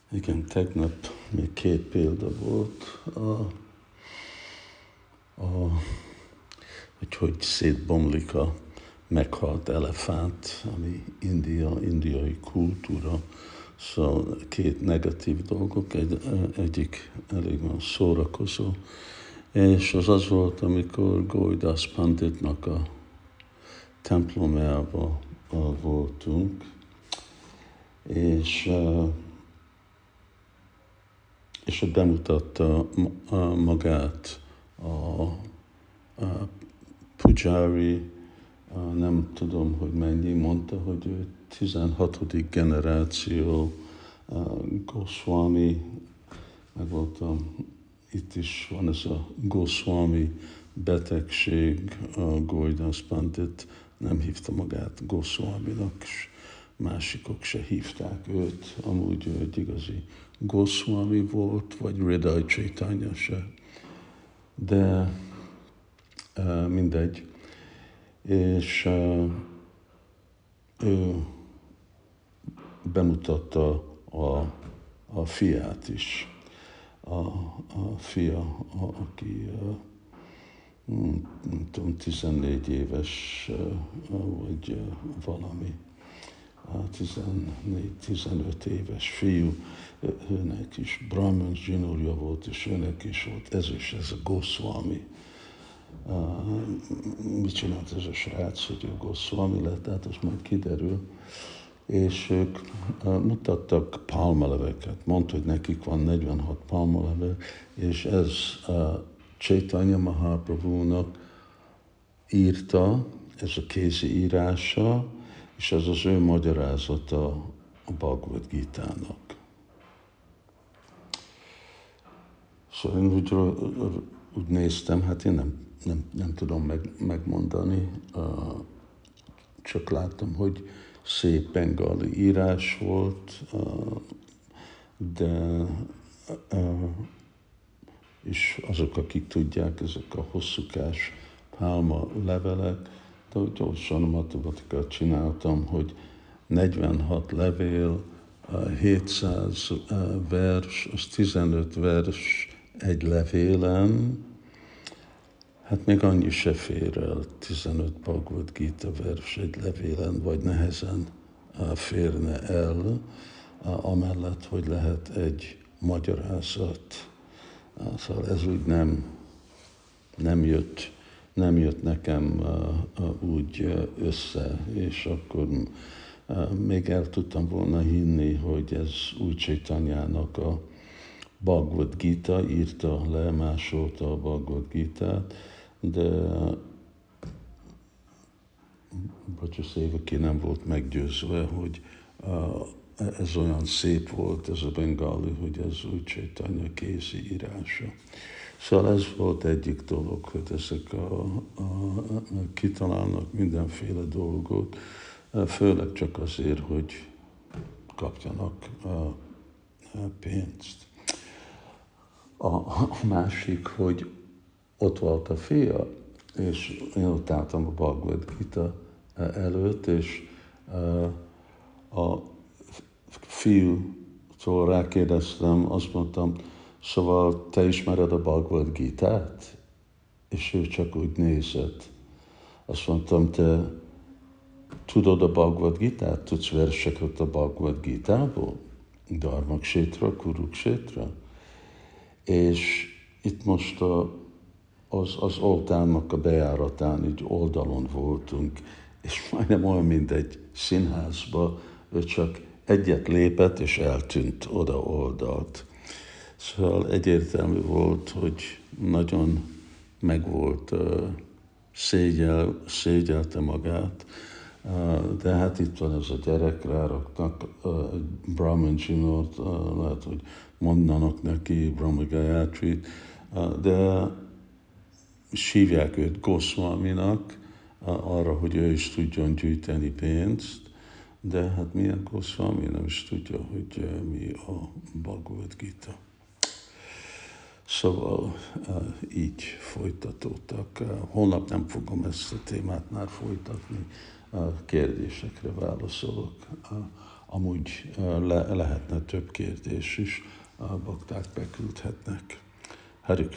Igen, tegnap még két példa volt, hogy szétbomlik a meghalt elefánt, ami indiai kultúra. Szóval két negatív dolgok, egyik elég van szórakozó, és az volt, amikor Gólydász Panditnak a templomába voltunk, és bemutatta magát a Pujari, nem tudom, hogy mennyi, mondta, hogy ő 16. generáció Goswami, meg voltam, itt is van ez a Goswami betegség, a Gólydász Pandit nem hívta magát Goswaminak, és másikok se hívták őt, amúgy ő egy igazi Goswami volt, vagy Hridaya Chaitanya se, de mindegy. És ő bemutatta a fiát is. A fia, aki nem tudom, 14 éves, vagy valami, 14-15 éves fiú, őnek is Brahman zsinórja volt, és őnek is volt ez a Goswami. Mit csinált ez a srác, hogy ő Goswami lett, tehát az majd kiderül. És ők mutattak pálmaleveket, mondta, hogy nekik van 46 pálmalevel, és ez Chaitanya Mahaprabhunak írta, ez a kézi írása, és ez az ő magyarázata a Bhagavad Gítának. Szóval én úgy néztem, hát én nem tudom megmondani, csak láttam, hogy szép bengali írás volt, de és azok, akik tudják, ezek a hosszúkás pálma levelek, de úgy gyorsan a matematikát csináltam, hogy 46 levél, 700 vers, az 15 vers egy levélen, hát még annyi se fér el, 15 Bhagavad Gita vers egy levélen, vagy nehezen férne el, amellett, hogy lehet egy magyarázat. Szóval ez úgy nem jött nekem úgy össze, és akkor még el tudtam volna hinni, hogy ez Úr Chaitanyának a Bhagavad Gita, írta le, másolta a Bhagavad Gitát, de Bhajasévaki nem volt meggyőzve, hogy ez olyan szép volt, ez a bengali, hogy ez Úr Chaitanya kézi írása. Szóval ez volt egyik dolog, hogy ezek kitalálnak mindenféle dolgot, főleg csak azért, hogy kapjanak pénzt. A másik, hogy ott volt a fia, és én ott álltam a Bhagavad Gita előtt, és a fiútól rákérdeztem, azt mondtam, szóval te ismered a Bhagavad Gitát? És ő csak úgy nézett. Azt mondtam, te tudod a Bhagavad Gitát? Tudsz verseket a Bhagavad Gitából? Dharmaksétra, Kuruksétra? És itt most az oltárnak a bejáratán, így oldalon voltunk, és majdnem olyan, mint egy színházba, ő csak egyet lépett, és eltűnt oda oldalt. Szóval egyértelmű volt, hogy nagyon megvolt, szégyelte magát, de hát itt van ez a gyerek, ráraknak Brahman zsinót, lehet, hogy mondanak neki Brahma Gayatrit, de hívják őt Goswaminak, arra, hogy ő is tudjon gyűjteni pénzt, de hát milyen Goswami nem is tudja, hogy mi a Bhagavad Gita. Szóval így folytatódtak. Holnap nem fogom ezt a témát már folytatni, kérdésekre válaszolok. amúgy lehetne több kérdés is, bakták beküldhetnek. Hari